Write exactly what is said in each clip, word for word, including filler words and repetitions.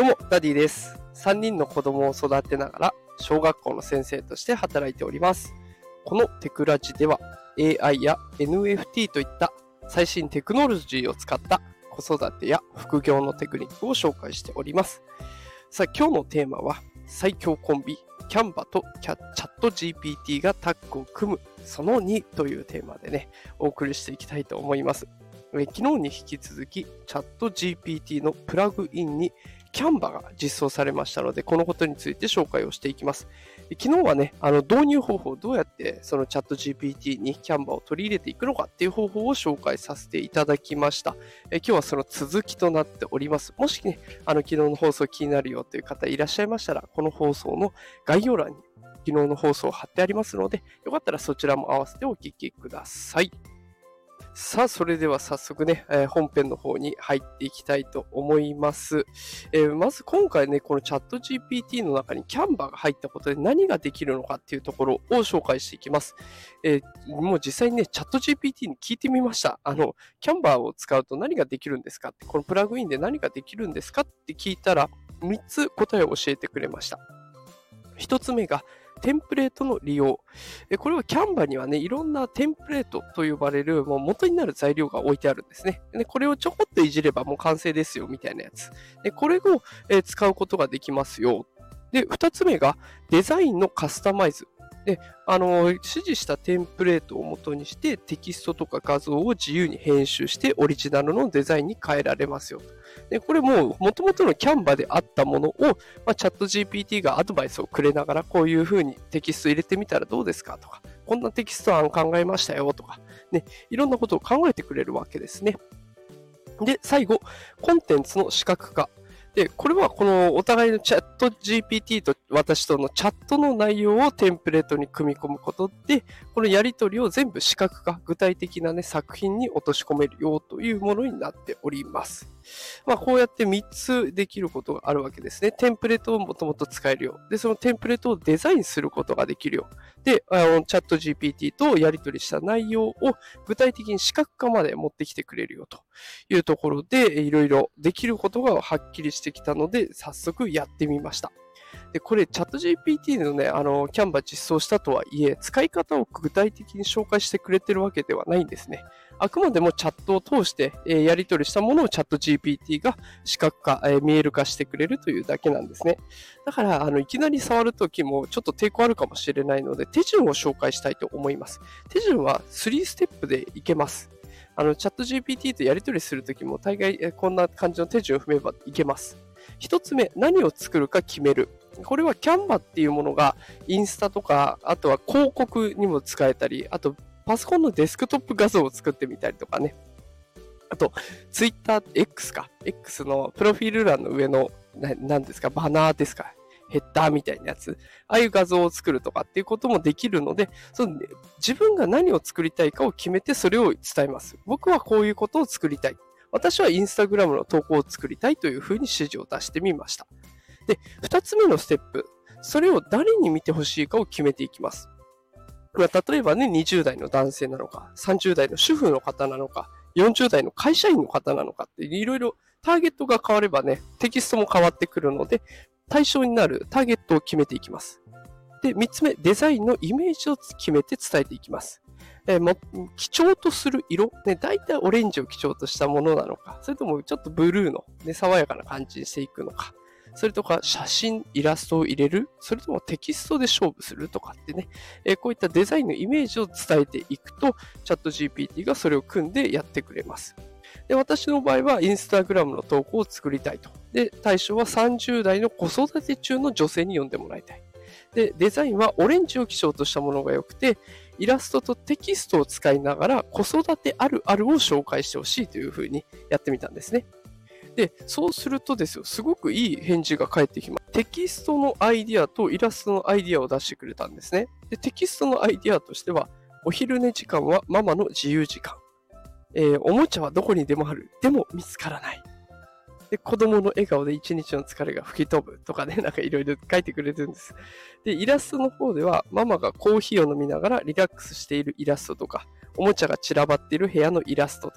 うも、ダディです。さんにんの子供を育てながら、小学校の先生として働いております。このテクラジでは、エーアイ や エヌエフティー といった最新テクノロジーを使った子育てや副業のテクニックを紹介しております。さあ、今日のテーマは、最強コンビ、キャンバとチャット ジーピーティー がタッグを組むそのにというテーマでね、お送りしていきたいと思います。昨日に引き続き、チャット ジーピーティー のプラグインにキャンバが実装されましたので、このことについて紹介をしていきます。昨日はね、あの導入方法、どうやってそのチャット ジーピーティー にキャンバを取り入れていくのかっていう方法を紹介させていただきました。え今日はその続きとなっております。もしね、あの昨日の放送気になるよという方いらっしゃいましたら、この放送の概要欄に昨日の放送を貼ってありますので、よかったらそちらも合わせてお聞きください。さあ、それでは早速ね、えー、本編の方に入っていきたいと思います。えー、まず今回ね、このチャット ジーピーティー の中にキャンバが入ったことで何ができるのかっていうところを紹介していきます。えー、もう実際にね、チャット ジーピーティー に聞いてみました。あの、キャンバを使うと何ができるんですかって、このプラグインで何ができるんですかって聞いたら、みっつ答えを教えてくれました。ひとつめが、テンプレートの利用。これはキャンバにはね、いろんなテンプレートと呼ばれるもう元になる材料が置いてあるんですね。でこれをちょこっといじればもう完成ですよみたいなやつ。でこれを使うことができますよ。で、ふたつめがデザインのカスタマイズ。で、あの、指示したテンプレートを元にしてテキストとか画像を自由に編集してオリジナルのデザインに変えられますよ。で、これも元々のキャンバであったものを、まあ、チャット ジーピーティー がアドバイスをくれながらこういう風にテキスト入れてみたらどうですかとか、こんなテキスト案考えましたよとか、ね、いろんなことを考えてくれるわけですね。で、最後、コンテンツの視覚化。で、これはこのお互いのチャット ジーピーティー と私とのチャットの内容をテンプレートに組み込むことで、このやり取りを全部視覚化、具体的な、ね、作品に落とし込めるよというものになっております。まあ、こうやってみっつできることがあるわけですね。テンプレートをもともと使えるよ。で、そのテンプレートをデザインすることができるよ。で、あのチャット ジーピーティー とやり取りした内容を具体的に視覚化まで持ってきてくれるよというところで、いろいろできることがはっきりしてきたので、早速やってみました。で、これチャット ジーピーティー のね、あの、キャンバ実装したとはいえ、使い方を具体的に紹介してくれてるわけではないんですね。あくまでもチャットを通して、えー、やり取りしたものをチャット ジーピーティー が視覚化、えー、見える化してくれるというだけなんですね。だから、あの、いきなり触るときもちょっと抵抗あるかもしれないので、手順を紹介したいと思います。手順はさんステップでいけます。あの、チャット ジーピーティー とやり取りするときも大概、えー、こんな感じの手順を踏めばいけます。一つ目、何を作るか決める。これはキャンバっていうものがインスタとか、あとは広告にも使えたり、あとパソコンのデスクトップ画像を作ってみたりとかね。あと、ツイッター X か。X のプロフィール欄の上の、ななんですか、バナーですか。ヘッダーみたいなやつ。ああいう画像を作るとかっていうこともできるので、その自分が何を作りたいかを決めてそれを伝えます。僕はこういうことを作りたい。私はインスタグラムの投稿を作りたいというふうに指示を出してみました。で、二つ目のステップ。それを誰に見てほしいかを決めていきます。まあ、例えばね、にじゅう代の男性なのか、さんじゅう代の主婦の方なのか、よんじゅう代の会社員の方なのかっていろいろターゲットが変わればね、テキストも変わってくるので、対象になるターゲットを決めていきます。で、三つ目、デザインのイメージを決めて伝えていきます。えー、も基調とする色、ね、大体オレンジを基調としたものなのか、それともちょっとブルーの、ね、爽やかな感じにしていくのか、それとか写真、イラストを入れる、それともテキストで勝負するとかってね、えー、こういったデザインのイメージを伝えていくと、チャット ジーピーティー がそれを組んでやってくれます。で、私の場合はインスタグラムの投稿を作りたいと。で、対象はさんじゅう代の子育て中の女性に読んでもらいたい。で、デザインはオレンジを基調としたものが良くて、イラストとテキストを使いながら子育てあるあるを紹介してほしいというふうにやってみたんですね。で、そうするとですよ、すごくいい返事が返ってきます。テキストのアイディアとイラストのアイディアを出してくれたんですね。で、テキストのアイディアとしては、お昼寝時間はママの自由時間。えー、おもちゃはどこにでもある。でも見つからない。で、子供の笑顔で一日の疲れが吹き飛ぶとかね、なんかいろいろ書いてくれてるんです。で、イラストの方では、ママがコーヒーを飲みながらリラックスしているイラストとか、おもちゃが散らばっている部屋のイラストとか、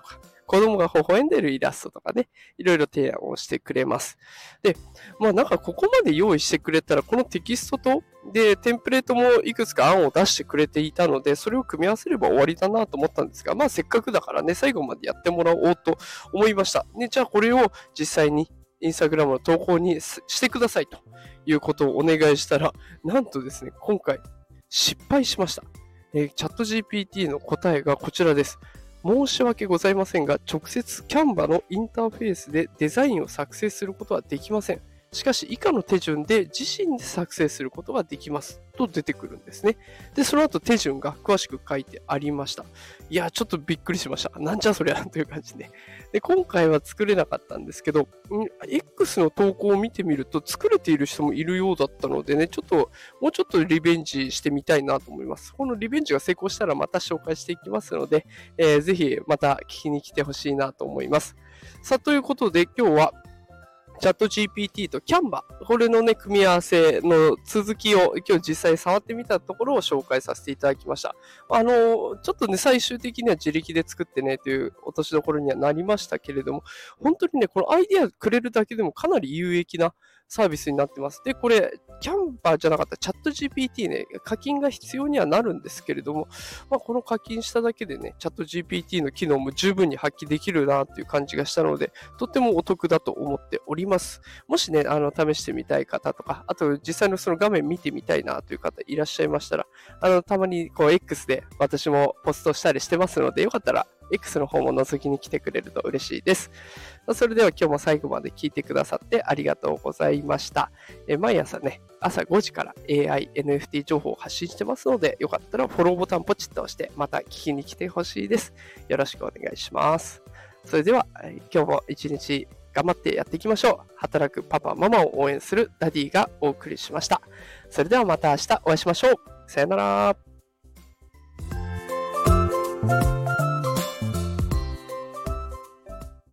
子供が微笑んでるイラストとかね、いろいろ提案をしてくれます。で、まあなんかここまで用意してくれたら、このテキストと、で、テンプレートもいくつか案を出してくれていたので、それを組み合わせれば終わりだなと思ったんですが、まあせっかくだからね、最後までやってもらおうと思いました。ね、じゃあこれを実際にインスタグラムの投稿にしてくださいということをお願いしたら、なんとですね、今回失敗しました。えー、チャット ジーピーティー の答えがこちらです。申し訳ございませんが、直接 Canva のインターフェースでデザインを作成することはできません。しかし、以下の手順で自身で作成することができますと出てくるんですね。で、その後手順が詳しく書いてありました。いや、ちょっとびっくりしました。なんじゃそりゃという感じで。で、今回は作れなかったんですけど、X の投稿を見てみると作れている人もいるようだったのでね、ちょっと、もうちょっとリベンジしてみたいなと思います。このリベンジが成功したらまた紹介していきますので、えー、ぜひまた聞きに来てほしいなと思います。さあ、ということで今日は、チャット ジーピーティー と Canva、これのね、組み合わせの続きを今日実際触ってみたところを紹介させていただきました。あの、ちょっとね、最終的には自力で作ってね、という落としどころにはなりましたけれども、本当にね、このアイディアくれるだけでもかなり有益なサービスになってます。で、これ、Canva じゃなかったチャット ジーピーティー ね、課金が必要にはなるんですけれども、まあ、この課金しただけでね、チャット ジーピーティー の機能も十分に発揮できるなという感じがしたので、とってもお得だと思っております。もしね、あの、試してみたい方とか、あと実際のその画面見てみたいなという方いらっしゃいましたら、あの、たまにこう X で私もポストしたりしてますので、よかったら X の方も覗きに来てくれると嬉しいです。それでは今日も最後まで聞いてくださってありがとうございました。え毎朝ね、朝ごじから エーアイ、エヌエフティー 情報を発信してますので、よかったらフォローボタンポチッと押して、また聞きに来てほしいです。よろしくお願いします。それでは、今日も一日頑張ってやっていきましょう。働くパパ、ママを応援するダディがお送りしました。それではまた明日お会いしましょう。さよなら。